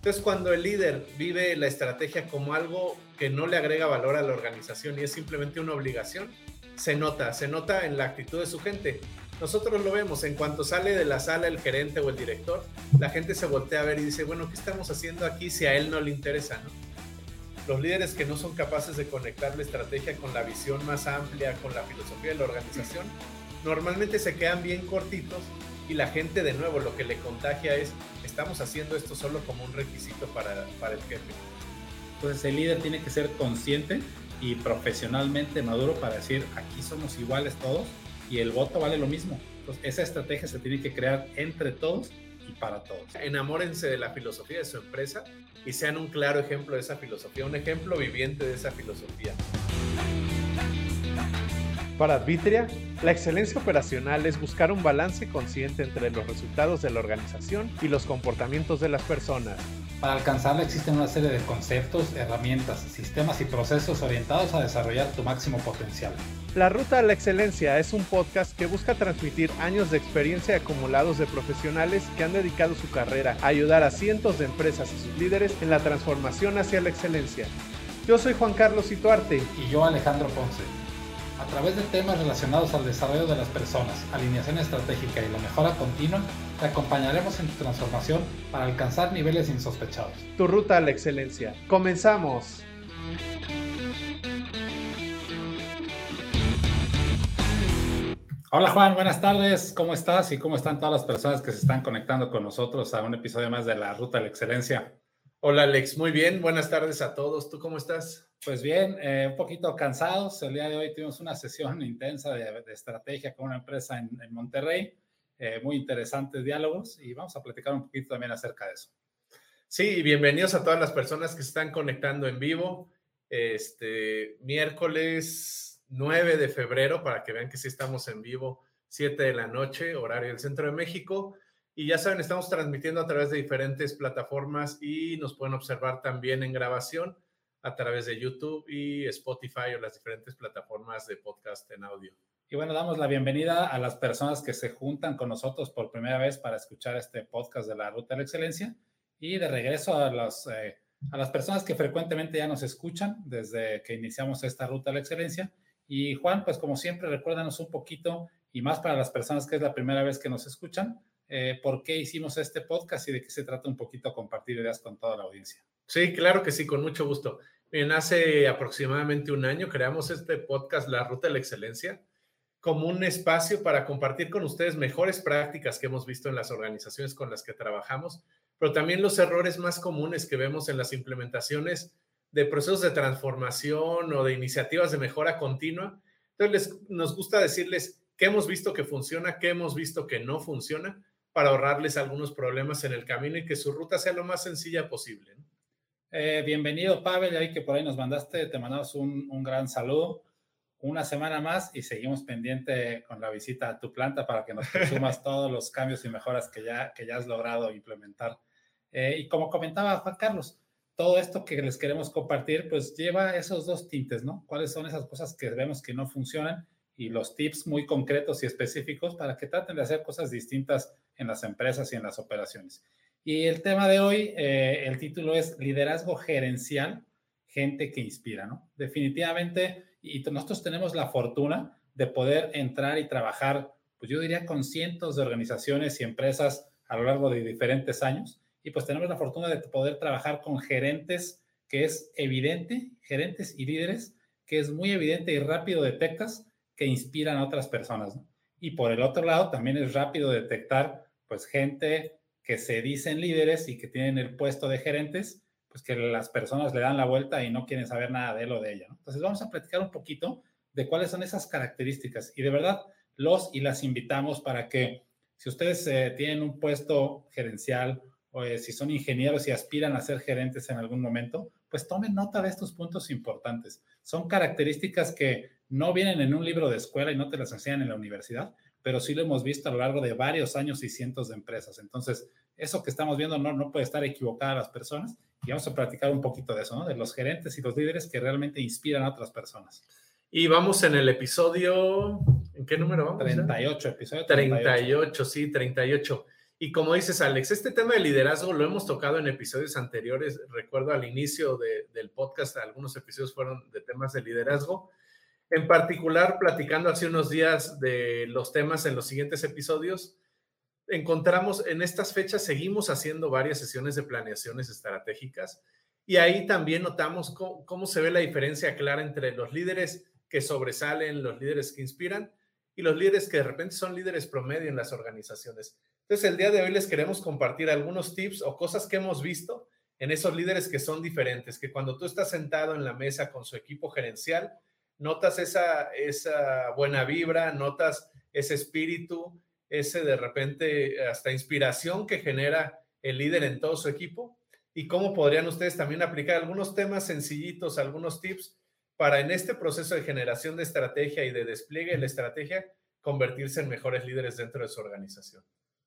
Entonces, cuando el líder vive la estrategia como algo que no le agrega valor a la organización y es simplemente una obligación, se nota en la actitud de su gente. Nosotros lo vemos, en cuanto sale de la sala el gerente o el director, la gente se voltea a ver y dice, bueno, ¿qué estamos haciendo aquí si a él no le interesa, ¿no? Los líderes que no son capaces de conectar la estrategia con la visión más amplia, con la filosofía de la organización, normalmente se quedan bien cortitos y la gente, de nuevo, lo que le contagia es, estamos haciendo esto solo como un requisito para el jefe. Entonces el líder tiene que ser consciente y profesionalmente maduro para decir, aquí somos iguales todos y el voto vale lo mismo. Entonces esa estrategia se tiene que crear entre todos y para todos. Enamórense de la filosofía de su empresa y sean un claro ejemplo de esa filosofía, un ejemplo viviente de esa filosofía. Para Advitria, la excelencia operacional es buscar un balance consciente entre los resultados de la organización y los comportamientos de las personas. Para alcanzarla existen una serie de conceptos, herramientas, sistemas y procesos orientados a desarrollar tu máximo potencial. La Ruta a la Excelencia es un podcast que busca transmitir años de experiencia acumulados de profesionales que han dedicado su carrera a ayudar a cientos de empresas y sus líderes en la transformación hacia la excelencia. Yo soy Juan Carlos Ituarte. Y yo Alejandro Ponce. A través de temas relacionados al desarrollo de las personas, alineación estratégica y la mejora continua, te acompañaremos en tu transformación para alcanzar niveles insospechados. Tu Ruta a la Excelencia. ¡Comenzamos! Hola Juan, buenas tardes. ¿Cómo estás? Y cómo están todas las personas que se están conectando con nosotros a un episodio más de la Ruta a la Excelencia. Hola Alex, muy bien. Buenas tardes a todos. ¿Tú cómo estás? Pues bien, un poquito cansados. El día de hoy tuvimos una sesión intensa de estrategia con una empresa en Monterrey. Muy interesantes diálogos y vamos a platicar un poquito también acerca de eso. Sí, y bienvenidos a todas las personas que se están conectando en vivo. Miércoles 9 de febrero, para que vean que sí estamos en vivo, 7 de la noche, horario del Centro de México. Y ya saben, estamos transmitiendo a través de diferentes plataformas y nos pueden observar también en grabación a través de YouTube y Spotify o las diferentes plataformas de podcast en audio. Y bueno, damos la bienvenida a las personas que se juntan con nosotros por primera vez para escuchar este podcast de la Ruta a la Excelencia y de regreso a las personas que frecuentemente ya nos escuchan desde que iniciamos esta Ruta a la Excelencia. Y Juan, pues como siempre, recuérdanos un poquito y más para las personas que es la primera vez que nos escuchan, por qué hicimos este podcast y de qué se trata un poquito compartir ideas con toda la audiencia. Sí, claro que sí, con mucho gusto. Bien, hace aproximadamente un año creamos este podcast, La Ruta a la Excelencia, como un espacio para compartir con ustedes mejores prácticas que hemos visto en las organizaciones con las que trabajamos, pero también los errores más comunes que vemos en las implementaciones de procesos de transformación o de iniciativas de mejora continua. Entonces, nos gusta decirles qué hemos visto que funciona, qué hemos visto que no funciona, para ahorrarles algunos problemas en el camino y que su ruta sea lo más sencilla posible, ¿no? Bienvenido, Pavel, ahí que por ahí nos mandaste, te mandamos un gran saludo. Una semana más y seguimos pendiente con la visita a tu planta para que nos presumas todos los cambios y mejoras que ya has logrado implementar. Y como comentaba Juan Carlos, todo esto que les queremos compartir, pues lleva esos dos tintes, ¿no? ¿Cuáles son esas cosas que vemos que no funcionan? Y los tips muy concretos y específicos para que traten de hacer cosas distintas en las empresas y en las operaciones. Y el tema de hoy, el título es Liderazgo Gerencial, gente que inspira, ¿no? Definitivamente, y nosotros tenemos la fortuna de poder entrar y trabajar, pues yo diría con cientos de organizaciones y empresas a lo largo de diferentes años, y pues tenemos la fortuna de poder trabajar con gerentes que es evidente, gerentes y líderes, que es muy evidente y rápido detectas que inspiran a otras personas, ¿no? Y por el otro lado, también es rápido detectar, pues, gente que se dicen líderes y que tienen el puesto de gerentes, pues que las personas le dan la vuelta y no quieren saber nada de él o de ella, ¿no? Entonces vamos a platicar un poquito de cuáles son esas características y de verdad los y las invitamos para que si ustedes tienen un puesto gerencial o si son ingenieros y aspiran a ser gerentes en algún momento, pues tomen nota de estos puntos importantes. Son características que no vienen en un libro de escuela y no te las enseñan en la universidad, pero sí lo hemos visto a lo largo de varios años y cientos de empresas. Entonces, eso que estamos viendo no puede estar equivocada a las personas y vamos a platicar un poquito de eso, ¿no? De los gerentes y los líderes que realmente inspiran a otras personas. Y vamos en el episodio, ¿en qué número vamos? 38, episodio 38, sí, 38. Y como dices, Alex, este tema de liderazgo lo hemos tocado en episodios anteriores. Recuerdo al inicio del podcast, algunos episodios fueron de temas de liderazgo. En particular, platicando hace unos días de los temas en los siguientes episodios, encontramos en estas fechas, seguimos haciendo varias sesiones de planeaciones estratégicas y ahí también notamos cómo se ve la diferencia clara entre los líderes que sobresalen, los líderes que inspiran y los líderes que de repente son líderes promedio en las organizaciones. Entonces, el día de hoy les queremos compartir algunos tips o cosas que hemos visto en esos líderes que son diferentes, que cuando tú estás sentado en la mesa con su equipo gerencial, notas esa buena vibra, notas ese espíritu, ese de repente hasta inspiración que genera el líder en todo su equipo y cómo podrían ustedes también aplicar algunos temas sencillitos, algunos tips para en este proceso de generación de estrategia y de despliegue de la estrategia convertirse en mejores líderes dentro de su organización.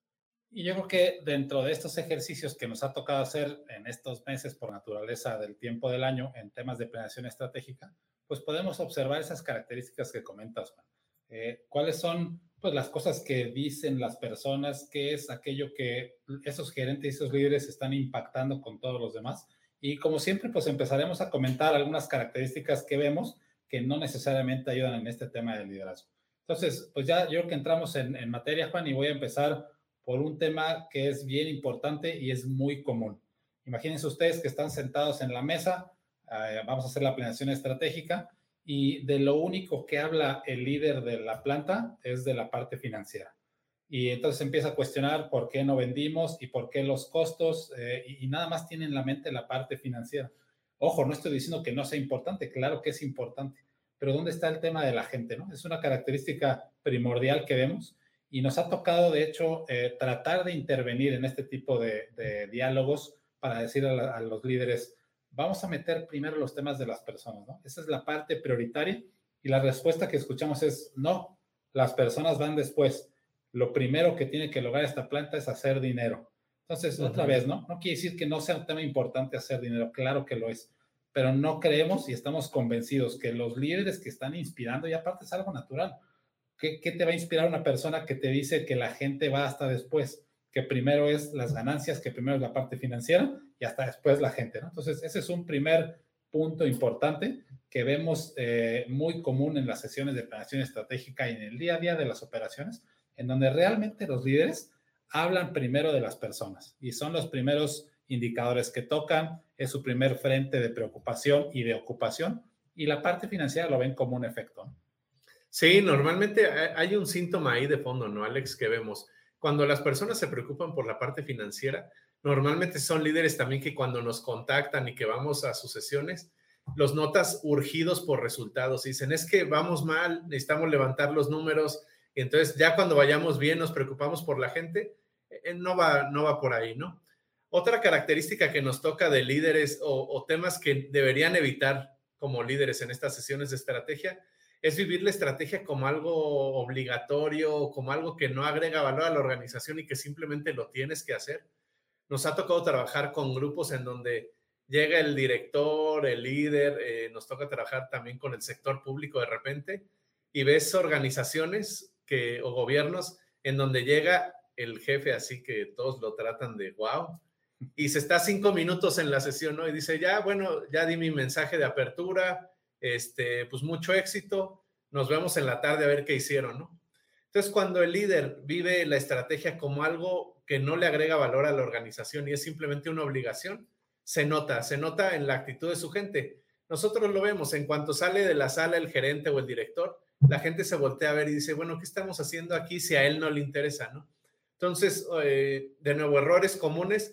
Y yo creo que dentro de estos ejercicios que nos ha tocado hacer en estos meses por naturaleza del tiempo del año en temas de planeación estratégica, pues podemos observar esas características que comentas, Juan. ¿Cuáles son pues, las cosas que dicen las personas? ¿Qué es aquello que esos gerentes y esos líderes están impactando con todos los demás? Y como siempre, pues empezaremos a comentar algunas características que vemos que no necesariamente ayudan en este tema del liderazgo. Entonces, pues ya yo creo que entramos en materia, Juan, y voy a empezar por un tema que es bien importante y es muy común. Imagínense ustedes que están sentados en la mesa, vamos a hacer la planeación estratégica y de lo único que habla el líder de la planta es de la parte financiera. Y entonces empieza a cuestionar por qué no vendimos y por qué los costos y nada más tiene en la mente la parte financiera. Ojo, no estoy diciendo que no sea importante, claro que es importante, pero ¿dónde está el tema de la gente, no? Es una característica primordial que vemos. Y nos ha tocado, de hecho, tratar de intervenir en este tipo de diálogos para decir a los líderes, vamos a meter primero los temas de las personas, ¿no? Esa es la parte prioritaria y la respuesta que escuchamos es, no, las personas van después. Lo primero que tiene que lograr esta planta es hacer dinero. Entonces, otra vez, ¿no? No quiere decir que no sea un tema importante hacer dinero, claro que lo es, pero no creemos y estamos convencidos que los líderes que están inspirando, y aparte es algo natural, ¿Qué te va a inspirar una persona que te dice que la gente va hasta después? Que primero es las ganancias, que primero es la parte financiera y hasta después la gente, ¿no? Entonces, ese es un primer punto importante que vemos muy común en las sesiones de planeación estratégica y en el día a día de las operaciones, en donde realmente los líderes hablan primero de las personas y son los primeros indicadores que tocan, es su primer frente de preocupación y de ocupación y la parte financiera lo ven como un efecto, ¿no? Sí, normalmente hay un síntoma ahí de fondo, ¿no, Alex? Que vemos. Cuando las personas se preocupan por la parte financiera, normalmente son líderes también que cuando nos contactan y que vamos a sus sesiones, los notas urgidos por resultados. Dicen, es que vamos mal, necesitamos levantar los números. Y entonces ya cuando vayamos bien nos preocupamos por la gente. No va por ahí, ¿no? Otra característica que nos toca de líderes o temas que deberían evitar como líderes en estas sesiones de estrategia es vivir la estrategia como algo obligatorio, como algo que no agrega valor a la organización y que simplemente lo tienes que hacer. Nos ha tocado trabajar con grupos en donde llega el director, el líder, nos toca trabajar también con el sector público de repente y ves organizaciones o gobiernos en donde llega el jefe así que todos lo tratan de wow y se está 5 minutos en la sesión, ¿no? Y dice, ya, bueno, ya di mi mensaje de apertura, pues mucho éxito, nos vemos en la tarde a ver qué hicieron, ¿no? Entonces, cuando el líder vive la estrategia como algo que no le agrega valor a la organización y es simplemente una obligación, se nota en la actitud de su gente. Nosotros lo vemos, en cuanto sale de la sala el gerente o el director, la gente se voltea a ver y dice, bueno, ¿qué estamos haciendo aquí si a él no le interesa, no? Entonces, de nuevo, errores comunes.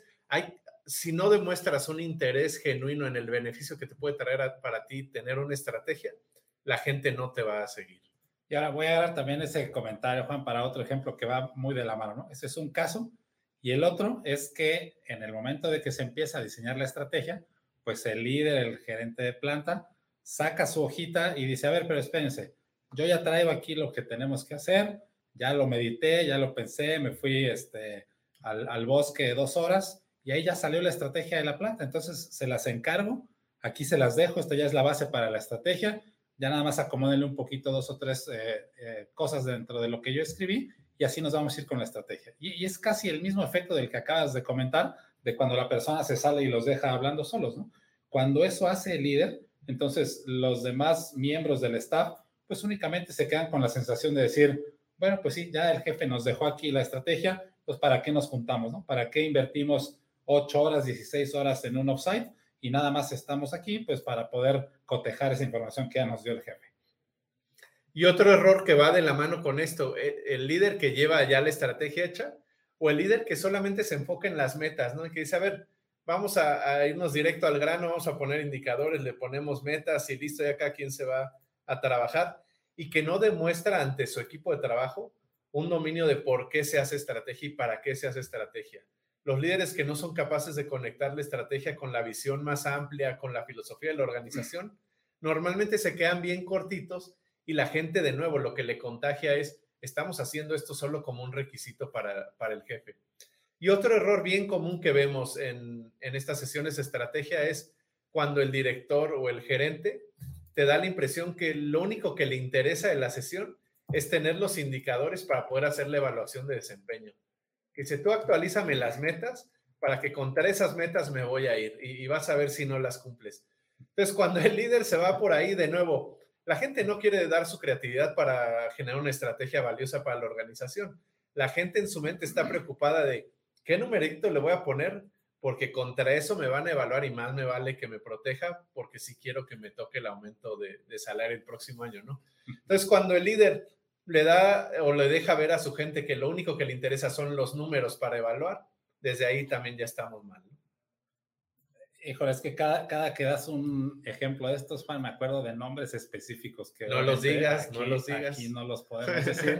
Si no demuestras un interés genuino en el beneficio que te puede traer para ti tener una estrategia, la gente no te va a seguir. Y ahora voy a dar también ese comentario, Juan, para otro ejemplo que va muy de la mano, ¿no? Ese es un caso. Y el otro es que en el momento de que se empieza a diseñar la estrategia, pues el líder, el gerente de planta, saca su hojita y dice, a ver, pero espérense, yo ya traigo aquí lo que tenemos que hacer, ya lo medité, ya lo pensé, me fui al bosque 2 horas y ahí ya salió la estrategia de la planta. Entonces se las encargo, aquí se las dejo, esto ya es la base para la estrategia, ya nada más acomódenle un poquito 2 o 3 cosas dentro de lo que yo escribí y así nos vamos a ir con la estrategia. Y es casi el mismo efecto del que acabas de comentar, de cuando la persona se sale y los deja hablando solos, ¿no? Cuando eso hace el líder, entonces los demás miembros del staff, pues únicamente se quedan con la sensación de decir, bueno, pues sí, ya el jefe nos dejó aquí la estrategia, pues ¿para qué nos juntamos, no? ¿Para qué invertimos 8 horas, 16 horas en un offsite y nada más estamos aquí, pues para poder cotejar esa información que ya nos dio el jefe? Y otro error que va de la mano con esto, el líder que lleva ya la estrategia hecha o el líder que solamente se enfoca en las metas, ¿no? Y que dice, a ver, vamos a irnos directo al grano, vamos a poner indicadores, le ponemos metas y listo, ya cada quien se va a trabajar y que no demuestra ante su equipo de trabajo un dominio de por qué se hace estrategia y para qué se hace estrategia. Los líderes que no son capaces de conectar la estrategia con la visión más amplia, con la filosofía de la organización, normalmente se quedan bien cortitos y la gente de nuevo lo que le contagia es, estamos haciendo esto solo como un requisito para el jefe. Y otro error bien común que vemos en estas sesiones de estrategia es cuando el director o el gerente te da la impresión que lo único que le interesa de la sesión es tener los indicadores para poder hacer la evaluación de desempeño. Que dice, tú actualízame las metas para que contra esas metas me voy a ir y vas a ver si no las cumples. Entonces, cuando el líder se va por ahí de nuevo, la gente no quiere dar su creatividad para generar una estrategia valiosa para la organización. La gente en su mente está preocupada de qué numerito le voy a poner porque contra eso me van a evaluar y más me vale que me proteja porque sí quiero que me toque el aumento de salario el próximo año, ¿no? Entonces, cuando el líder le da o le deja ver a su gente que lo único que le interesa son los números para evaluar, desde ahí también ya estamos mal, ¿no? Híjole, es que cada que das un ejemplo de estos, Juan, me acuerdo de nombres específicos que no los digas, aquí, no los digas. Aquí no los podemos decir,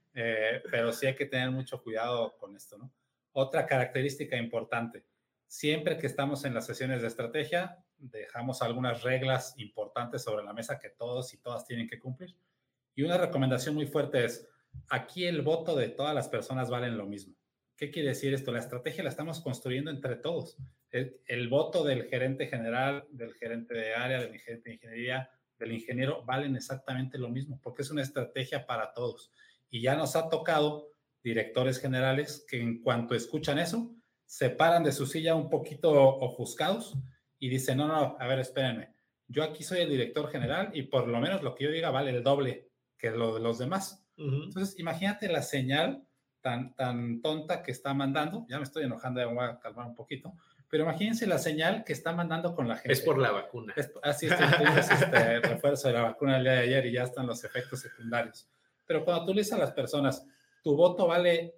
pero sí hay que tener mucho cuidado con esto, ¿no? Otra característica importante, siempre que estamos en las sesiones de estrategia, dejamos algunas reglas importantes sobre la mesa que todos y todas tienen que cumplir. Y una recomendación muy fuerte es, aquí el voto de todas las personas valen lo mismo. ¿Qué quiere decir esto? La estrategia la estamos construyendo entre todos. El voto del gerente general, del gerente de área, del gerente de ingeniería, del ingeniero, valen exactamente lo mismo, porque es una estrategia para todos. Y ya nos ha tocado directores generales que en cuanto escuchan eso, se paran de su silla un poquito ofuscados y dicen, no, a ver, espérenme, yo aquí soy el director general y por lo menos lo que yo diga vale el doble que lo de los demás. Entonces, imagínate la señal tan tonta que está mandando. Ya me estoy enojando, ya me voy a calmar un poquito. Pero imagínense la señal que está mandando con la gente. Es por la vacuna. Así tuvimos refuerzo de la vacuna el día de ayer y ya están los efectos secundarios. Pero cuando tú le dices a las personas, tu voto vale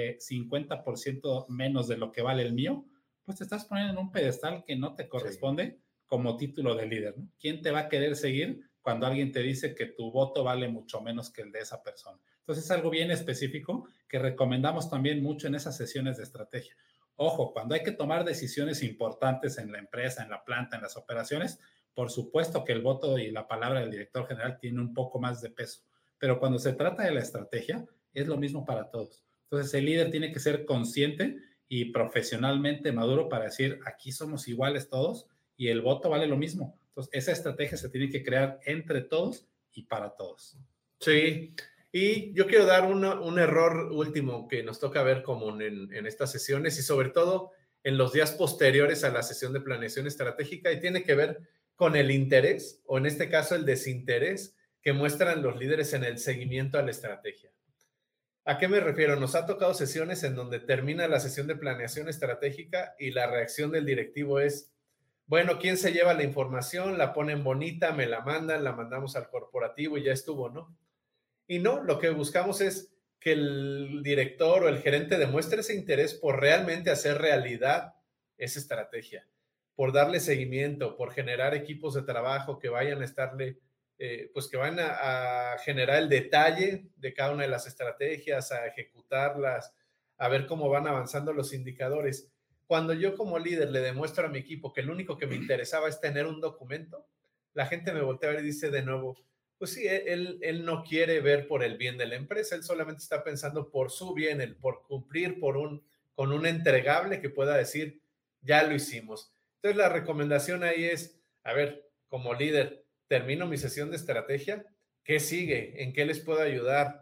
50% menos de lo que vale el mío, pues te estás poniendo en un pedestal que no te corresponde como título de líder, ¿no? ¿Quién te va a querer seguir cuando alguien te dice que tu voto vale mucho menos que el de esa persona? Entonces es algo bien específico que recomendamos también mucho en esas sesiones de estrategia. Ojo, cuando hay que tomar decisiones importantes en la empresa, en la planta, en las operaciones, por supuesto que el voto y la palabra del director general tiene un poco más de peso, pero cuando se trata de la estrategia, es lo mismo para todos. Entonces el líder tiene que ser consciente y profesionalmente maduro para decir, aquí somos iguales todos y el voto vale lo mismo. Entonces esa estrategia se tiene que crear entre todos y para todos. Sí, y yo quiero dar un error último que nos toca ver común en estas sesiones y sobre todo en los días posteriores a la sesión de planeación estratégica y tiene que ver con el interés o en este caso el desinterés que muestran los líderes en el seguimiento a la estrategia. ¿A qué me refiero? Nos ha tocado sesiones en donde termina la sesión de planeación estratégica y la reacción del directivo es, bueno, ¿quién se lleva la información? La ponen bonita, me la mandan, la mandamos al corporativo y ya estuvo, ¿no? Y no, lo que buscamos es que el director o el gerente demuestre ese interés por realmente hacer realidad esa estrategia, por darle seguimiento, por generar equipos de trabajo que vayan a estarle, pues que van a generar el detalle de cada una de las estrategias, a ejecutarlas, a ver cómo van avanzando los indicadores. Cuando yo como líder le demuestro a mi equipo que lo único que me interesaba es tener un documento, la gente me voltea a ver y dice de nuevo, pues sí, él no quiere ver por el bien de la empresa, él solamente está pensando por su bien, por cumplir con un entregable que pueda decir, ya lo hicimos. Entonces la recomendación ahí es, a ver, como líder, termino mi sesión de estrategia, ¿qué sigue? ¿En qué les puedo ayudar?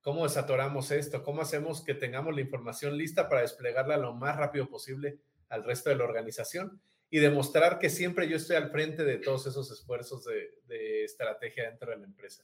¿Cómo desatoramos esto? ¿Cómo hacemos que tengamos la información lista para desplegarla lo más rápido posible al resto de la organización? Y demostrar que siempre yo estoy al frente de todos esos esfuerzos de estrategia dentro de la empresa.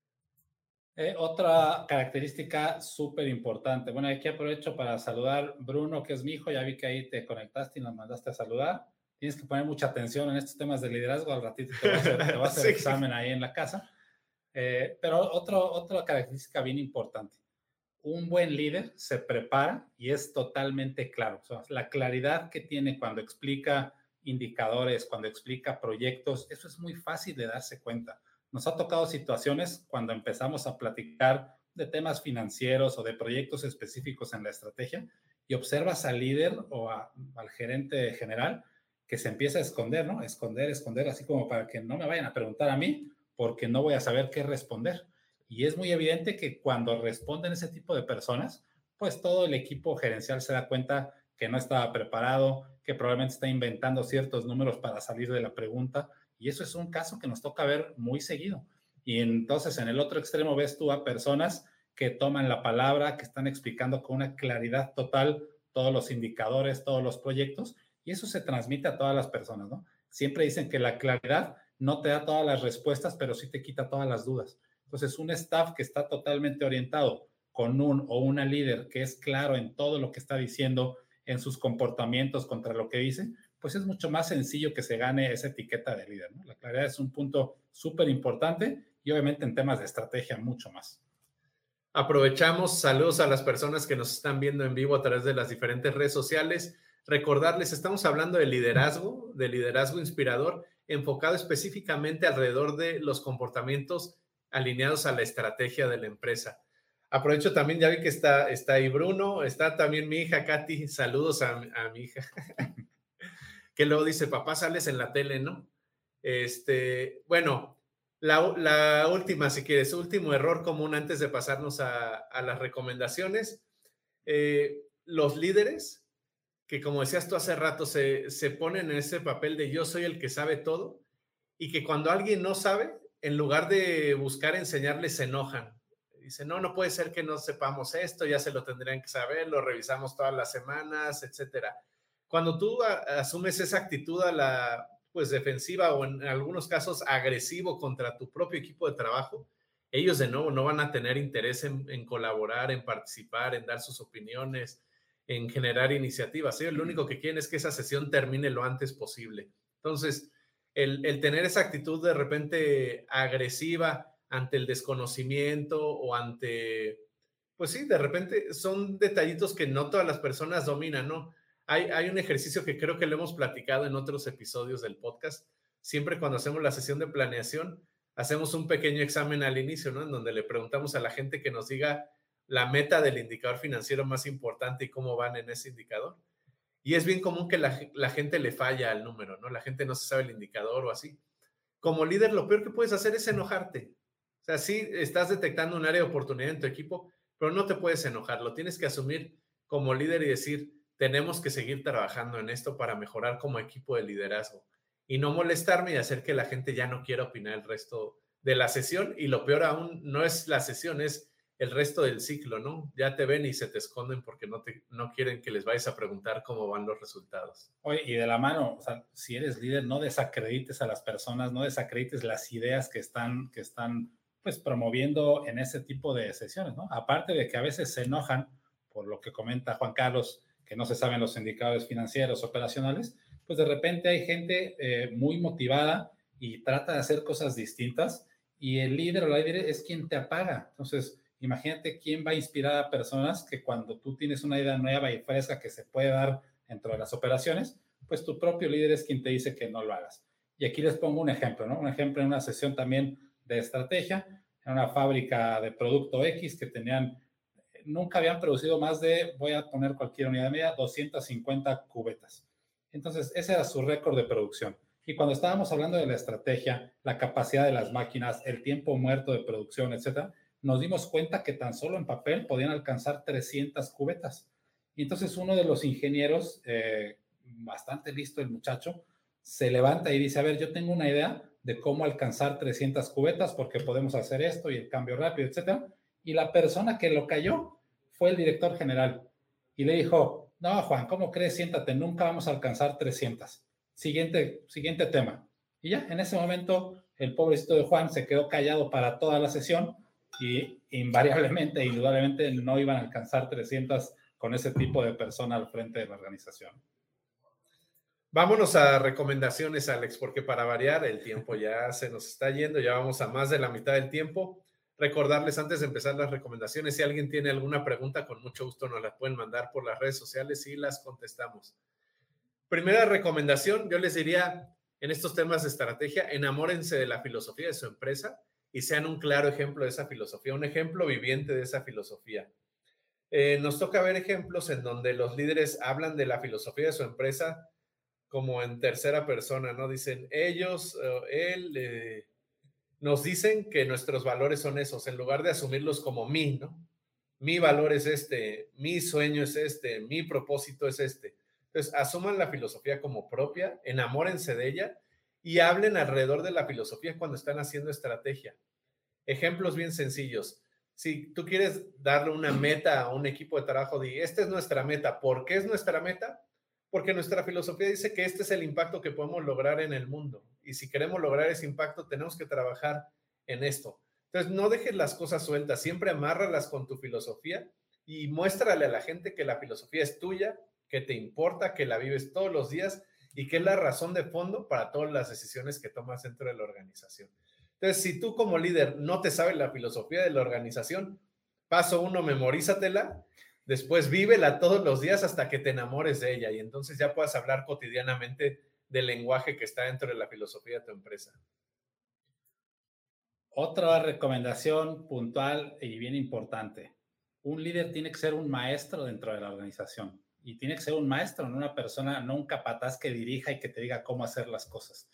Otra característica súper importante. Bueno, aquí aprovecho para saludar Bruno, que es mi hijo. Ya vi que ahí te conectaste y nos mandaste a saludar. Tienes que poner mucha atención en estos temas de liderazgo. Al ratito te voy a hacer Sí. examen ahí en la casa. Pero otra característica bien importante. Un buen líder se prepara y es totalmente claro. O sea, la claridad que tiene cuando explica indicadores, cuando explica proyectos, eso es muy fácil de darse cuenta. Nos ha tocado situaciones cuando empezamos a platicar de temas financieros o de proyectos específicos en la estrategia y observas al líder o al gerente general que se empieza a esconder, ¿no? Esconder, así como para que no me vayan a preguntar a mí porque no voy a saber qué responder. Y es muy evidente que cuando responden ese tipo de personas, pues todo el equipo gerencial se da cuenta que no estaba preparado, que probablemente está inventando ciertos números para salir de la pregunta. Y eso es un caso que nos toca ver muy seguido. Y entonces en el otro extremo ves tú a personas que toman la palabra, que están explicando con una claridad total todos los indicadores, todos los proyectos, y eso se transmite a todas las personas, ¿no? Siempre dicen que la claridad no te da todas las respuestas, pero sí te quita todas las dudas. Entonces, un staff que está totalmente orientado con un o una líder que es claro en todo lo que está diciendo, en sus comportamientos contra lo que dice, pues es mucho más sencillo que se gane esa etiqueta de líder, ¿no? La claridad es un punto súper importante y obviamente en temas de estrategia mucho más. Aprovechamos, saludos a las personas que nos están viendo en vivo a través de las diferentes redes sociales. Recordarles, estamos hablando de liderazgo inspirador, enfocado específicamente alrededor de los comportamientos alineados a la estrategia de la empresa. Aprovecho también, ya vi que está ahí Bruno, está también mi hija Katy, saludos a mi hija, que luego dice, papá, sales en la tele, ¿no? Bueno, la última, si quieres, último error común antes de pasarnos a las recomendaciones. Los líderes que, como decías tú hace rato, se ponen en ese papel de yo soy el que sabe todo y que cuando alguien no sabe, en lugar de buscar enseñarles, se enojan. Dicen, no, no puede ser que no sepamos esto, ya se lo tendrían que saber, lo revisamos todas las semanas, etcétera. Cuando tú asumes esa actitud a la pues defensiva o en algunos casos agresivo contra tu propio equipo de trabajo, ellos de nuevo no van a tener interés en colaborar, en participar, en dar sus opiniones, en generar iniciativas. Ellos lo único que quieren es que esa sesión termine lo antes posible. Entonces, el tener esa actitud de repente agresiva ante el desconocimiento o ante, pues sí, de repente son detallitos que no todas las personas dominan, ¿no? Hay un ejercicio que creo que lo hemos platicado en otros episodios del podcast. Siempre cuando hacemos la sesión de planeación, hacemos un pequeño examen al inicio, ¿no? En donde le preguntamos a la gente que nos diga la meta del indicador financiero más importante y cómo van en ese indicador. Y es bien común que la gente le falla al número, ¿no? La gente no se sabe el indicador o así. Como líder, lo peor que puedes hacer es enojarte. O sea, sí estás detectando un área de oportunidad en tu equipo, pero no te puedes enojar. Lo tienes que asumir como líder y decir, tenemos que seguir trabajando en esto para mejorar como equipo de liderazgo. Y no molestarme y hacer que la gente ya no quiera opinar el resto de la sesión. Y lo peor aún no es la sesión, es el resto del ciclo, ¿no? Ya te ven y se te esconden porque no quieren que les vayas a preguntar cómo van los resultados. Oye, y de la mano, o sea, si eres líder, no desacredites a las personas, no desacredites las ideas que están pues promoviendo en ese tipo de sesiones, ¿no? Aparte de que a veces se enojan por lo que comenta Juan Carlos, que no se saben los indicadores financieros, operacionales, pues de repente hay gente muy motivada y trata de hacer cosas distintas y el líder o la líder es quien te apaga. Entonces, imagínate quién va a inspirar a personas que cuando tú tienes una idea nueva y fresca que se puede dar dentro de las operaciones, pues tu propio líder es quien te dice que no lo hagas. Y aquí les pongo un ejemplo, ¿no? Un ejemplo en una sesión también de estrategia, en una fábrica de producto X que nunca habían producido más de, voy a poner cualquier unidad de medida, 250 cubetas. Entonces, ese era su récord de producción. Y cuando estábamos hablando de la estrategia, la capacidad de las máquinas, el tiempo muerto de producción, etcétera, nos dimos cuenta que tan solo en papel podían alcanzar 300 cubetas. Y entonces uno de los ingenieros, bastante listo el muchacho, se levanta y dice, a ver, yo tengo una idea de cómo alcanzar 300 cubetas porque podemos hacer esto y el cambio rápido, etcétera. Y la persona que lo cayó fue el director general. Y le dijo, no, Juan, ¿cómo crees? Siéntate, nunca vamos a alcanzar 300. Siguiente tema. Y ya, en ese momento, el pobrecito de Juan se quedó callado para toda la sesión y invariablemente, indudablemente, no iban a alcanzar 300 con ese tipo de persona al frente de la organización. Vámonos a recomendaciones, Alex, porque para variar el tiempo ya se nos está yendo, ya vamos a más de la mitad del tiempo. Recordarles antes de empezar las recomendaciones, si alguien tiene alguna pregunta, con mucho gusto nos la pueden mandar por las redes sociales y las contestamos. Primera recomendación, yo les diría, en estos temas de estrategia, enamórense de la filosofía de su empresa y sean un claro ejemplo de esa filosofía, un ejemplo viviente de esa filosofía. Nos toca ver ejemplos en donde los líderes hablan de la filosofía de su empresa como en tercera persona, ¿no? Dicen ellos, él, nos dicen que nuestros valores son esos, en lugar de asumirlos como mí, ¿no? Mi valor es este, mi sueño es este, mi propósito es este. Entonces, asuman la filosofía como propia, enamórense de ella y hablen alrededor de la filosofía cuando están haciendo estrategia. Ejemplos bien sencillos. Si tú quieres darle una meta a un equipo de trabajo, di, esta es nuestra meta. ¿Por qué es nuestra meta? Porque nuestra filosofía dice que este es el impacto que podemos lograr en el mundo. Y si queremos lograr ese impacto, tenemos que trabajar en esto. Entonces, no dejes las cosas sueltas, siempre amárralas con tu filosofía y muéstrale a la gente que la filosofía es tuya, que te importa, que la vives todos los días y que es la razón de fondo para todas las decisiones que tomas dentro de la organización. Entonces, si tú como líder no te sabes la filosofía de la organización, paso uno, memorízatela, después vívela todos los días hasta que te enamores de ella y entonces ya puedas hablar cotidianamente del lenguaje que está dentro de la filosofía de tu empresa. Otra recomendación puntual y bien importante. Un líder tiene que ser un maestro dentro de la organización y tiene que ser un maestro, no una persona, no un capataz que dirija y que te diga cómo hacer las cosas.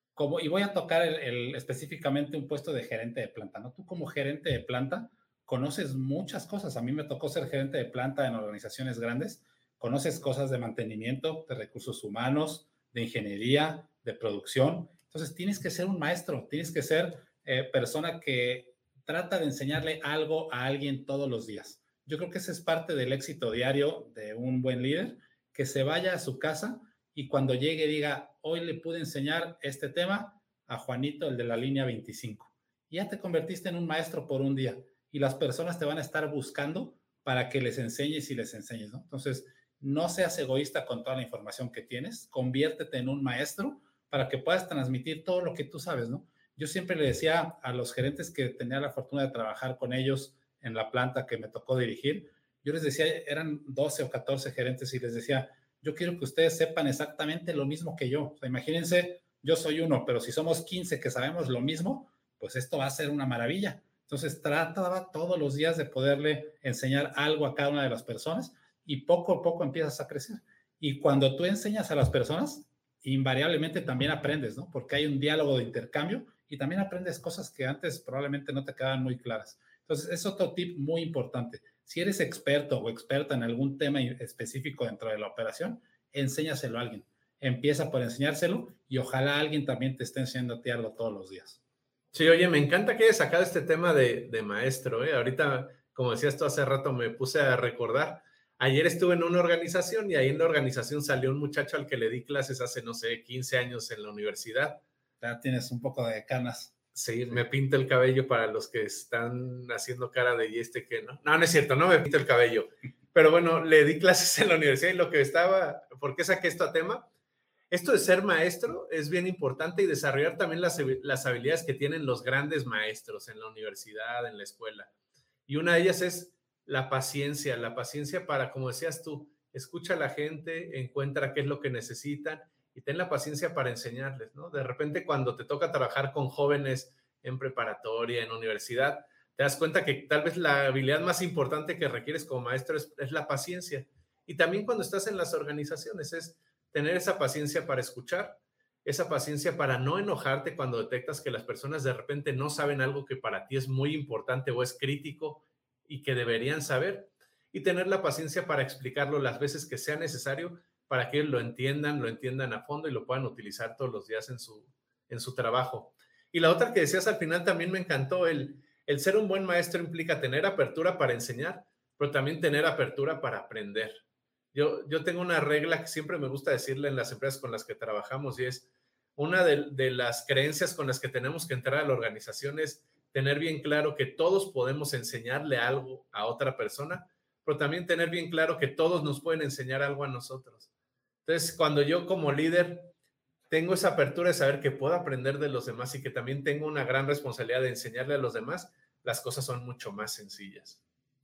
Y voy a tocar específicamente un puesto de gerente de planta, ¿no? Tú como gerente de planta conoces muchas cosas. A mí me tocó ser gerente de planta en organizaciones grandes. Conoces cosas de mantenimiento, de recursos humanos, de ingeniería, de producción. Entonces tienes que ser un maestro, tienes que ser persona que trata de enseñarle algo a alguien todos los días. Yo creo que ese es parte del éxito diario de un buen líder, que se vaya a su casa y cuando llegue diga, hoy le pude enseñar este tema a Juanito, el de la línea 25. Y ya te convertiste en un maestro por un día y las personas te van a estar buscando para que les enseñes y les enseñes, ¿no? Entonces, no seas egoísta con toda la información que tienes, conviértete en un maestro para que puedas transmitir todo lo que tú sabes, ¿no? Yo siempre le decía a los gerentes que tenía la fortuna de trabajar con ellos en la planta que me tocó dirigir, yo les decía, eran 12 o 14 gerentes y les decía, yo quiero que ustedes sepan exactamente lo mismo que yo. O sea, imagínense, yo soy uno, pero si somos 15 que sabemos lo mismo, pues esto va a ser una maravilla. Entonces, trata todos los días de poderle enseñar algo a cada una de las personas y poco a poco empiezas a crecer. Y cuando tú enseñas a las personas, invariablemente también aprendes, ¿no? Porque hay un diálogo de intercambio y también aprendes cosas que antes probablemente no te quedaban muy claras. Entonces, es otro tip muy importante. Si eres experto o experta en algún tema específico dentro de la operación, enséñaselo a alguien. Empieza por enseñárselo y ojalá alguien también te esté enseñando a ti algo todos los días. Sí, oye, me encanta que hayas sacado este tema de maestro, ¿eh? Ahorita, como decías tú hace rato, me puse a recordar. Ayer estuve en una organización y ahí en la organización salió un muchacho al que le di clases hace, no sé, 15 años en la universidad. Ya tienes un poco de canas. Sí, me pinto el cabello para los que están haciendo cara de y este que no. No, no es cierto, no me pinto el cabello. Pero bueno, le di clases en la universidad y lo que estaba, ¿por qué saqué esto a tema? Esto de ser maestro es bien importante y desarrollar también las habilidades que tienen los grandes maestros en la universidad, en la escuela. Y una de ellas es la paciencia para, como decías tú, escucha a la gente, encuentra qué es lo que necesitan y ten la paciencia para enseñarles, ¿no? De repente cuando te toca trabajar con jóvenes en preparatoria, en universidad, te das cuenta que tal vez la habilidad más importante que requieres como maestro es la paciencia. Y también cuando estás en las organizaciones es tener esa paciencia para escuchar, esa paciencia para no enojarte cuando detectas que las personas de repente no saben algo que para ti es muy importante o es crítico y que deberían saber, y tener la paciencia para explicarlo las veces que sea necesario para que ellos lo entiendan a fondo y lo puedan utilizar todos los días en su trabajo. Y la otra que decías al final también me encantó, el el ser un buen maestro implica tener apertura para enseñar, pero también tener apertura para aprender. Yo tengo una regla que siempre me gusta decirle en las empresas con las que trabajamos y es una de las creencias con las que tenemos que entrar a la organización es tener bien claro que todos podemos enseñarle algo a otra persona, pero también tener bien claro que todos nos pueden enseñar algo a nosotros. Entonces, cuando yo como líder tengo esa apertura de saber que puedo aprender de los demás y que también tengo una gran responsabilidad de enseñarle a los demás, las cosas son mucho más sencillas.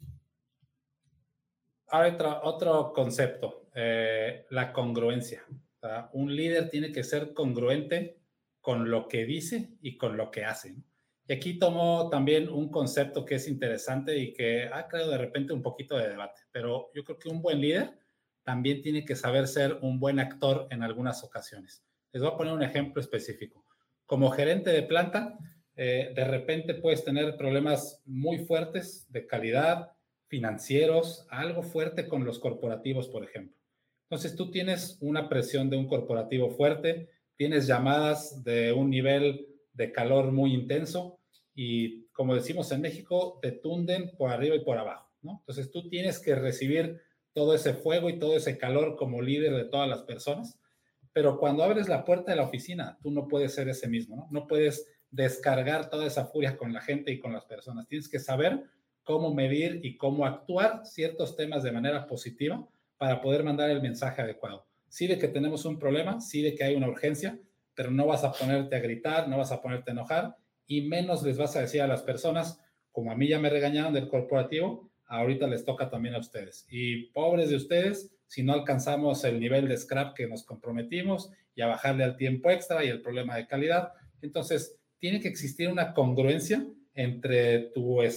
Ahora otro concepto, la congruencia. O sea, un líder tiene que ser congruente con lo que dice y con lo que hace, ¿no? Y aquí tomo también un concepto que es interesante y que ha creado de repente un poquito de debate, pero yo creo que un buen líder también tiene que saber ser un buen actor en algunas ocasiones. Les voy a poner un ejemplo específico. Como gerente de planta, de repente puedes tener problemas muy fuertes de calidad, financieros, algo fuerte con los corporativos, por ejemplo. Entonces tú tienes una presión de un corporativo fuerte, tienes llamadas de un nivel de calor muy intenso y, como decimos en México, te tunden por arriba y por abajo, ¿no? Entonces tú tienes que recibir todo ese fuego y todo ese calor como líder de todas las personas, pero cuando abres la puerta de la oficina, tú no puedes ser ese mismo, ¿no? No puedes descargar toda esa furia con la gente y con las personas. Tienes que saber cómo medir y cómo actuar ciertos temas de manera positiva para poder mandar el mensaje adecuado. Sí de que tenemos un problema, sí de que hay una urgencia, pero no vas a ponerte a gritar, no vas a ponerte a enojar y menos les vas a decir a las personas, como a mí ya me regañaron del corporativo, ahorita les toca también a ustedes. Y pobres de ustedes, si no alcanzamos el nivel de scrap que nos comprometimos y a bajarle al tiempo extra y el problema de calidad. Entonces, tiene que existir una congruencia entre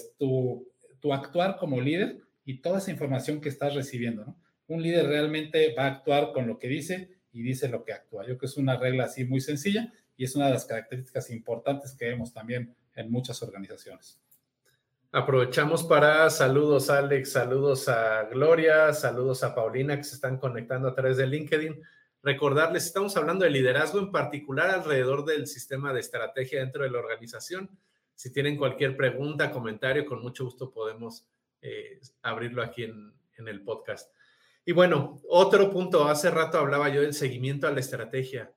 tu actuar como líder y toda esa información que estás recibiendo, ¿no? Un líder realmente va a actuar con lo que dice y dice lo que actúa. Yo creo que es una regla así muy sencilla y es una de las características importantes que vemos también en muchas organizaciones. Aprovechamos para saludos a Alex, saludos a Gloria, saludos a Paulina que se están conectando a través de LinkedIn. Recordarles, estamos hablando de liderazgo en particular alrededor del sistema de estrategia dentro de la organización. Si tienen cualquier pregunta, comentario, con mucho gusto podemos abrirlo aquí en el podcast. Y bueno, otro punto, hace rato hablaba yo del seguimiento a la estrategia.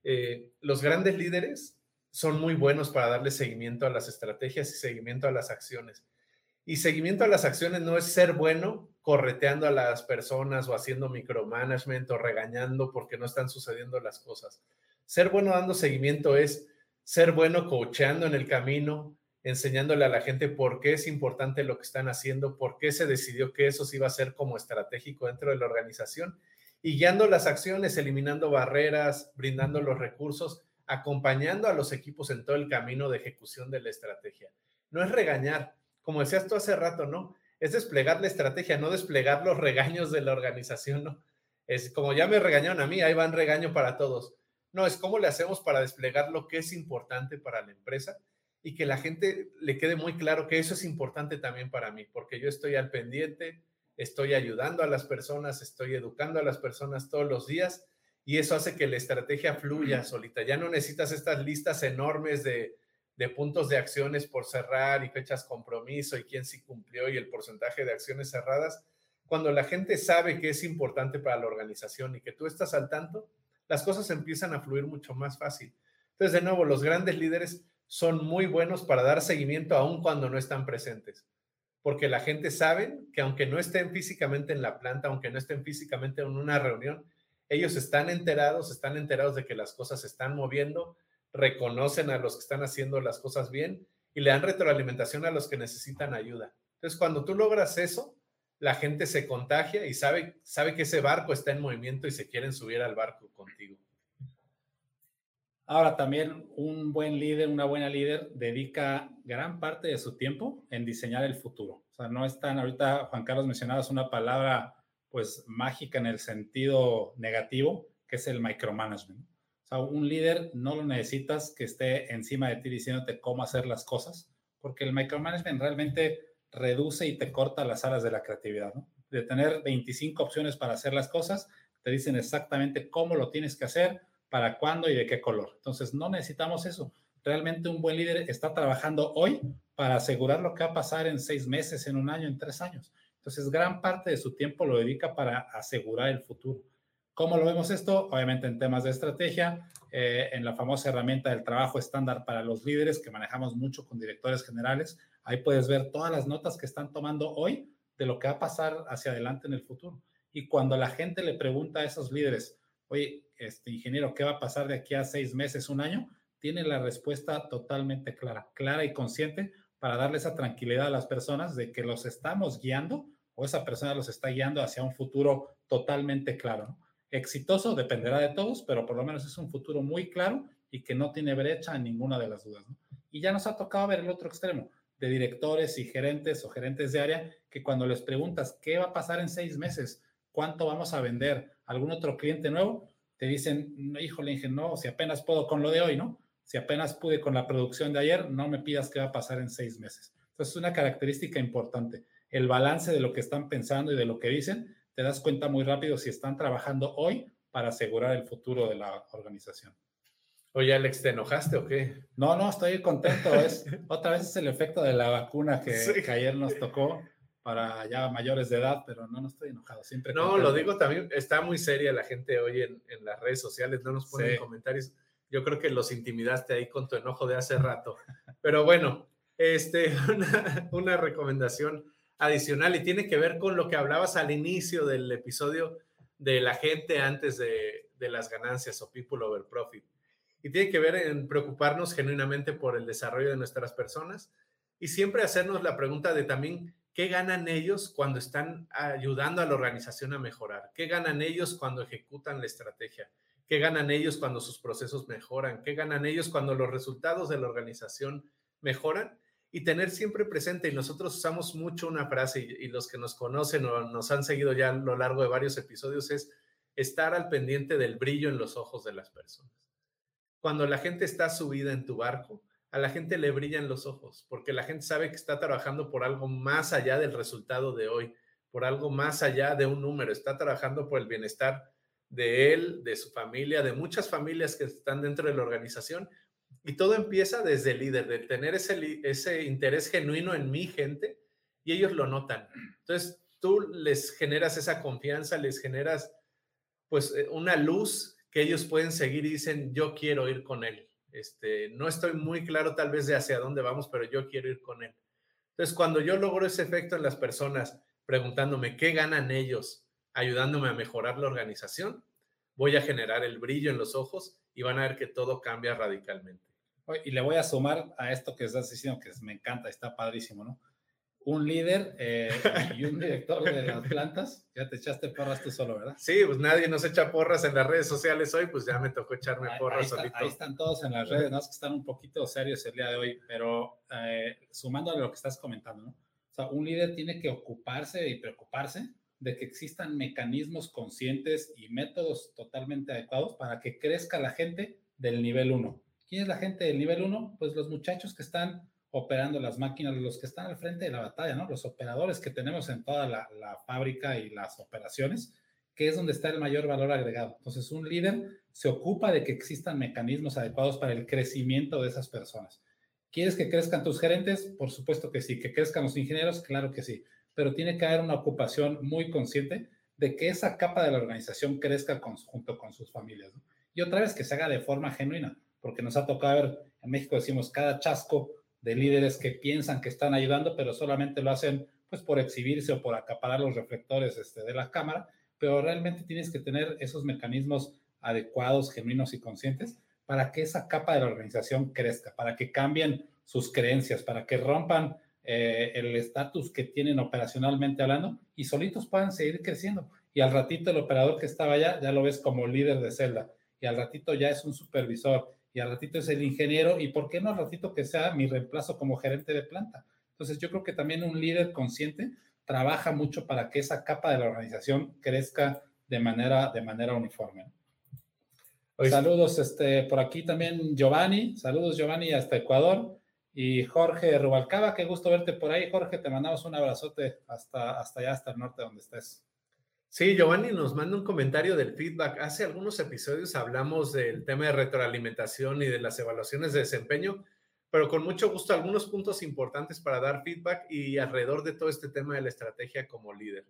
Los grandes líderes son muy buenos para darle seguimiento a las estrategias y seguimiento a las acciones. Y seguimiento a las acciones no es ser bueno correteando a las personas o haciendo micromanagement o regañando porque no están sucediendo las cosas. Ser bueno dando seguimiento es ser bueno coacheando en el camino, enseñándole a la gente por qué es importante lo que están haciendo, por qué se decidió que eso se iba a ser como estratégico dentro de la organización y guiando las acciones, eliminando barreras, brindando los recursos, acompañando a los equipos en todo el camino de ejecución de la estrategia. No es regañar, como decías tú hace rato, ¿no? Es desplegar la estrategia, no desplegar los regaños de la organización, ¿no? Es como ya me regañaron a mí, ahí van regaño para todos. No, es cómo le hacemos para desplegar lo que es importante para la empresa y que la gente le quede muy claro que eso es importante también para mí, porque yo estoy al pendiente, estoy ayudando a las personas, estoy educando a las personas todos los días y eso hace que la estrategia fluya solita. Ya no necesitas estas listas enormes de puntos de acciones por cerrar y fechas compromiso y quién sí cumplió y el porcentaje de acciones cerradas. Cuando la gente sabe que es importante para la organización y que tú estás al tanto, las cosas empiezan a fluir mucho más fácil. Entonces, de nuevo, los grandes líderes son muy buenos para dar seguimiento aun cuando no están presentes, porque la gente sabe que aunque no estén físicamente en la planta, aunque no estén físicamente en una reunión, ellos están enterados de que las cosas se están moviendo, reconocen a los que están haciendo las cosas bien y le dan retroalimentación a los que necesitan ayuda. Entonces, cuando tú logras eso, la gente se contagia y sabe que ese barco está en movimiento y se quieren subir al barco contigo. Ahora también un buen líder, una buena líder, dedica gran parte de su tiempo en diseñar el futuro. O sea, no están, ahorita Juan Carlos mencionabas una palabra pues mágica en el sentido negativo, que es el micromanagement. O sea, un líder no lo necesitas que esté encima de ti diciéndote cómo hacer las cosas, porque el micromanagement realmente reduce y te corta las alas de la creatividad, ¿no? De tener 25 opciones para hacer las cosas, te dicen exactamente cómo lo tienes que hacer, para cuándo y de qué color. Entonces, no necesitamos eso. Realmente un buen líder está trabajando hoy para asegurar lo que va a pasar en 6 meses, en 1 año, en 3 años. Entonces, gran parte de su tiempo lo dedica para asegurar el futuro. ¿Cómo lo vemos esto? Obviamente en temas de estrategia, en la famosa herramienta del trabajo estándar para los líderes que manejamos mucho con directores generales. Ahí puedes ver todas las notas que están tomando hoy de lo que va a pasar hacia adelante en el futuro. Y cuando la gente le pregunta a esos líderes, oye, ingeniero, ¿qué va a pasar de aquí a 6 meses, 1 año? Tiene la respuesta totalmente clara y consciente para darle esa tranquilidad a las personas de que los estamos guiando o esa persona los está guiando hacia un futuro totalmente claro, ¿no? Exitoso dependerá de todos, pero por lo menos es un futuro muy claro y que no tiene brecha en ninguna de las dudas, ¿no? Y ya nos ha tocado ver el otro extremo de directores y gerentes o gerentes de área que cuando les preguntas qué va a pasar en 6 meses, cuánto vamos a vender, algún otro cliente nuevo, te dicen, híjole, ingeniero, no, si apenas puedo con lo de hoy, ¿no? Si apenas pude con la producción de ayer, no me pidas qué va a pasar en 6 meses. Entonces, es una característica importante. El balance de lo que están pensando y de lo que dicen, te das cuenta muy rápido si están trabajando hoy para asegurar el futuro de la organización. Oye, Alex, ¿te enojaste o qué? No, estoy contento. Otra vez es el efecto de la vacuna que ayer nos tocó para ya mayores de edad, pero no estoy enojado. Siempre no, contento. lo digo también, está muy seria la gente hoy en las redes sociales, no nos ponen comentarios. Yo creo que los intimidaste ahí con tu enojo de hace rato. Pero bueno, una recomendación adicional y tiene que ver con lo que hablabas al inicio del episodio de la gente antes de las ganancias o people over profit. Y tiene que ver en preocuparnos genuinamente por el desarrollo de nuestras personas y siempre hacernos la pregunta de también qué ganan ellos cuando están ayudando a la organización a mejorar, qué ganan ellos cuando ejecutan la estrategia, qué ganan ellos cuando sus procesos mejoran, qué ganan ellos cuando los resultados de la organización mejoran y tener siempre presente, y nosotros usamos mucho una frase y los que nos conocen o nos han seguido ya a lo largo de varios episodios es estar al pendiente del brillo en los ojos de las personas. Cuando la gente está subida en tu barco, a la gente le brillan los ojos, porque la gente sabe que está trabajando por algo más allá del resultado de hoy, por algo más allá de un número, está trabajando por el bienestar de él, de su familia, de muchas familias que están dentro de la organización. Y todo empieza desde el líder, de tener ese interés genuino en mi gente, y ellos lo notan. Entonces, tú les generas esa confianza, les generas pues una luz que ellos pueden seguir y dicen, yo quiero ir con él. No estoy muy claro tal vez de hacia dónde vamos, pero yo quiero ir con él. Entonces, cuando yo logro ese efecto en las personas, preguntándome qué ganan ellos, ayudándome a mejorar la organización, voy a generar el brillo en los ojos y van a ver que todo cambia radicalmente. Y le voy a sumar a esto que estás diciendo, que me encanta, está padrísimo, ¿no? Un líder y un director de las plantas. Ya te echaste porras tú solo, ¿verdad? Sí, pues nadie nos echa porras en las redes sociales hoy, pues ya me tocó echarme porras solito. Ahí están todos en las redes, ¿no? Es que están un poquito serios el día de hoy, pero sumando a lo que estás comentando, ¿no? O sea, un líder tiene que ocuparse y preocuparse de que existan mecanismos conscientes y métodos totalmente adecuados para que crezca la gente del nivel 1. ¿Quién es la gente del nivel 1? Pues los muchachos que están operando las máquinas, los que están al frente de la batalla, ¿no? Los operadores que tenemos en toda la fábrica y las operaciones, que es donde está el mayor valor agregado. Entonces, un líder se ocupa de que existan mecanismos adecuados para el crecimiento de esas personas. ¿Quieres que crezcan tus gerentes? Por supuesto que sí. ¿Que crezcan los ingenieros? Claro que sí. Pero tiene que haber una ocupación muy consciente de que esa capa de la organización crezca junto con sus familias, ¿no? Y otra vez que se haga de forma genuina, porque nos ha tocado ver, en México decimos, cada chasco de líderes que piensan que están ayudando, pero solamente lo hacen pues por exhibirse o por acaparar los reflectores de la cámara, pero realmente tienes que tener esos mecanismos adecuados, genuinos y conscientes para que esa capa de la organización crezca, para que cambien sus creencias, para que rompan el estatus que tienen operacionalmente hablando y solitos puedan seguir creciendo. Y al ratito el operador que estaba allá, ya lo ves como líder de celda, y al ratito ya es un supervisor, y al ratito es el ingeniero, y por qué no al ratito que sea mi reemplazo como gerente de planta. Entonces yo creo que también un líder consciente trabaja mucho para que esa capa de la organización crezca de manera uniforme. Oye, saludos por aquí también Giovanni, saludos Giovanni hasta Ecuador, y Jorge Rubalcaba, qué gusto verte por ahí. Jorge, te mandamos un abrazote hasta allá, hasta el norte donde estés. Sí, Giovanni nos manda un comentario del feedback. Hace algunos episodios hablamos del tema de retroalimentación y de las evaluaciones de desempeño, pero con mucho gusto algunos puntos importantes para dar feedback y alrededor de todo este tema de la estrategia como líder.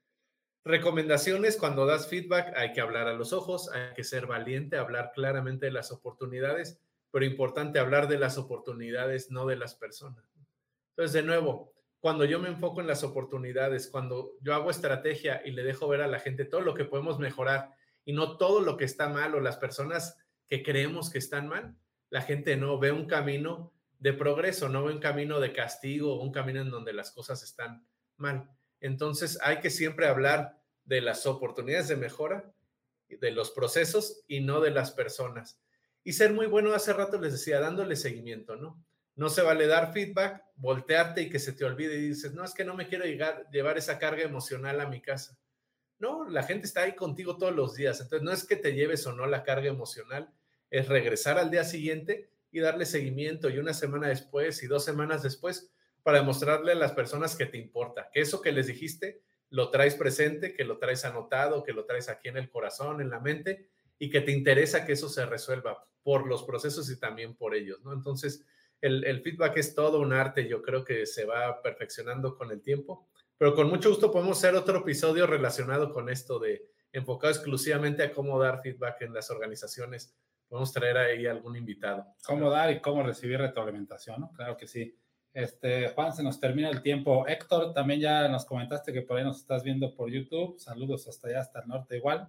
Recomendaciones: cuando das feedback hay que hablar a los ojos, hay que ser valiente, hablar claramente de las oportunidades, pero importante hablar de las oportunidades, no de las personas. Entonces, de nuevo, cuando yo me enfoco en las oportunidades, cuando yo hago estrategia y le dejo ver a la gente todo lo que podemos mejorar y no todo lo que está mal o las personas que creemos que están mal, la gente no ve un camino de progreso, no ve un camino de castigo, un camino en donde las cosas están mal. Entonces, hay que siempre hablar de las oportunidades de mejora, de los procesos y no de las personas. Y ser muy bueno, hace rato les decía, dándole seguimiento, ¿no? No se vale dar feedback, voltearte y que se te olvide y dices, no, es que no me quiero llevar esa carga emocional a mi casa. No, la gente está ahí contigo todos los días. Entonces, no es que te lleves o no la carga emocional, es regresar al día siguiente y darle seguimiento y una semana después y 2 semanas después para demostrarle a las personas que te importa, que eso que les dijiste lo traes presente, que lo traes anotado, que lo traes aquí en el corazón, en la mente y que te interesa que eso se resuelva por los procesos y también por ellos, ¿no? Entonces, el feedback es todo un arte, yo creo que se va perfeccionando con el tiempo, pero con mucho gusto podemos hacer otro episodio relacionado con esto de enfocado exclusivamente a cómo dar feedback en las organizaciones. Podemos traer ahí algún invitado. Cómo dar y cómo recibir retroalimentación, ¿no? Claro que sí. Juan, se nos termina el tiempo. Héctor, también ya nos comentaste que por ahí nos estás viendo por YouTube. Saludos hasta allá, hasta el norte igual.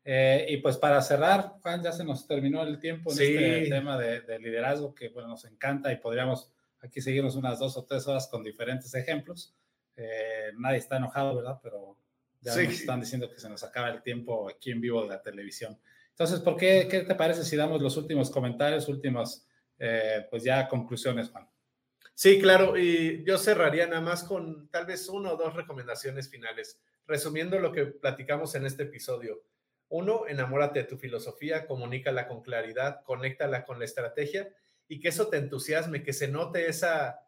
Y pues para cerrar, Juan, ya se nos terminó el tiempo en este tema de liderazgo que, bueno, nos encanta y podríamos aquí seguirnos unas 2 o 3 horas con diferentes ejemplos. Nadie está enojado, ¿verdad? Pero ya nos están diciendo que se nos acaba el tiempo aquí en vivo de la televisión. Entonces, ¿qué te parece si damos los últimos comentarios, últimas, pues ya conclusiones, Juan? Sí, claro, y yo cerraría nada más con tal vez 1 o 2 recomendaciones finales, resumiendo lo que platicamos en este episodio. 1, enamórate de tu filosofía, comunícala con claridad, conéctala con la estrategia y que eso te entusiasme, que se note esa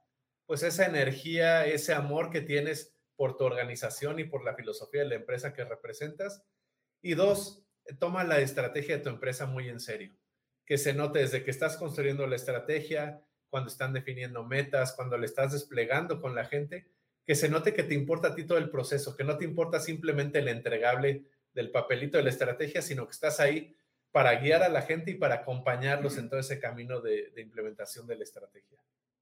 energía, ese amor que tienes por tu organización y por la filosofía de la empresa que representas. Y 2, toma la estrategia de tu empresa muy en serio, que se note desde que estás construyendo la estrategia, cuando están definiendo metas, cuando le estás desplegando con la gente, que se note que te importa a ti todo el proceso, que no te importa simplemente el entregable del papelito de la estrategia, sino que estás ahí para guiar a la gente y para acompañarlos en todo ese camino de implementación de la estrategia.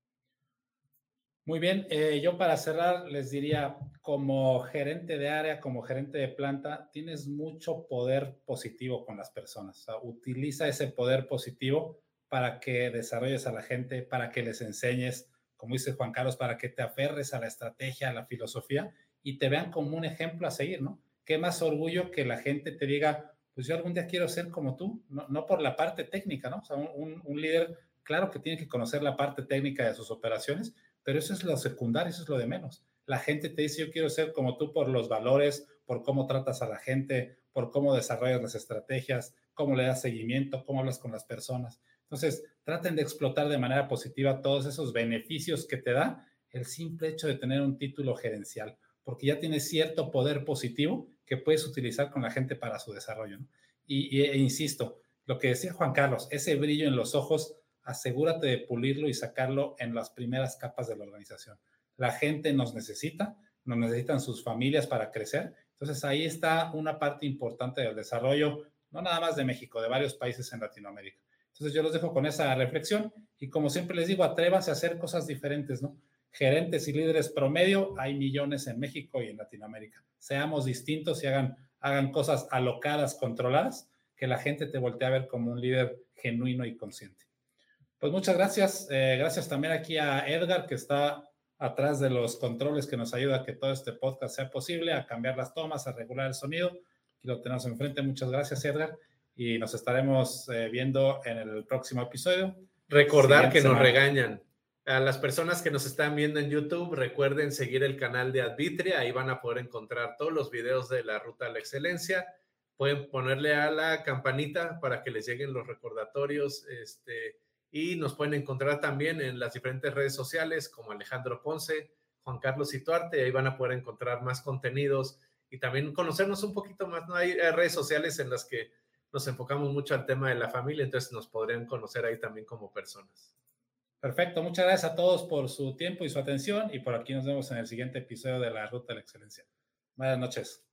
Muy bien, yo para cerrar les diría, como gerente de área, como gerente de planta, tienes mucho poder positivo con las personas. O sea, utiliza ese poder positivo para que desarrolles a la gente, para que les enseñes, como dice Juan Carlos, para que te aferres a la estrategia, a la filosofía y te vean como un ejemplo a seguir, ¿no? Qué más orgullo que la gente te diga, pues yo algún día quiero ser como tú, no por la parte técnica, ¿no? O sea, un líder, claro que tiene que conocer la parte técnica de sus operaciones, pero eso es lo secundario, eso es lo de menos. La gente te dice, yo quiero ser como tú por los valores, por cómo tratas a la gente, por cómo desarrollas las estrategias, cómo le das seguimiento, cómo hablas con las personas. Entonces, traten de explotar de manera positiva todos esos beneficios que te da el simple hecho de tener un título gerencial, porque ya tienes cierto poder positivo que puedes utilizar con la gente para su desarrollo, ¿no? Insisto, lo que decía Juan Carlos, ese brillo en los ojos, asegúrate de pulirlo y sacarlo en las primeras capas de la organización. La gente nos necesitan sus familias para crecer. Entonces ahí está una parte importante del desarrollo, no nada más de México, de varios países en Latinoamérica. Entonces yo los dejo con esa reflexión y como siempre les digo, atrévanse a hacer cosas diferentes, ¿no? Gerentes y líderes promedio, hay millones en México y en Latinoamérica. Seamos distintos y hagan cosas alocadas, controladas, que la gente te voltee a ver como un líder genuino y consciente. Pues muchas gracias. Gracias también aquí a Edgar, que está atrás de los controles, que nos ayuda a que todo este podcast sea posible, a cambiar las tomas, a regular el sonido. Aquí lo tenemos enfrente. Muchas gracias, Edgar. Y nos estaremos viendo en el próximo episodio. Recordar que nos regañan. A las personas que nos están viendo en YouTube, recuerden seguir el canal de Advitria. Ahí van a poder encontrar todos los videos de la Ruta a la Excelencia. Pueden ponerle a la campanita para que les lleguen los recordatorios. Y nos pueden encontrar también en las diferentes redes sociales como Alejandro Ponce, Juan Carlos Ituarte. Ahí van a poder encontrar más contenidos y también conocernos un poquito más, ¿no? Hay redes sociales en las que nos enfocamos mucho al tema de la familia, entonces nos podrían conocer ahí también como personas. Perfecto, muchas gracias a todos por su tiempo y su atención y por aquí nos vemos en el siguiente episodio de La Ruta de la Excelencia. Buenas noches.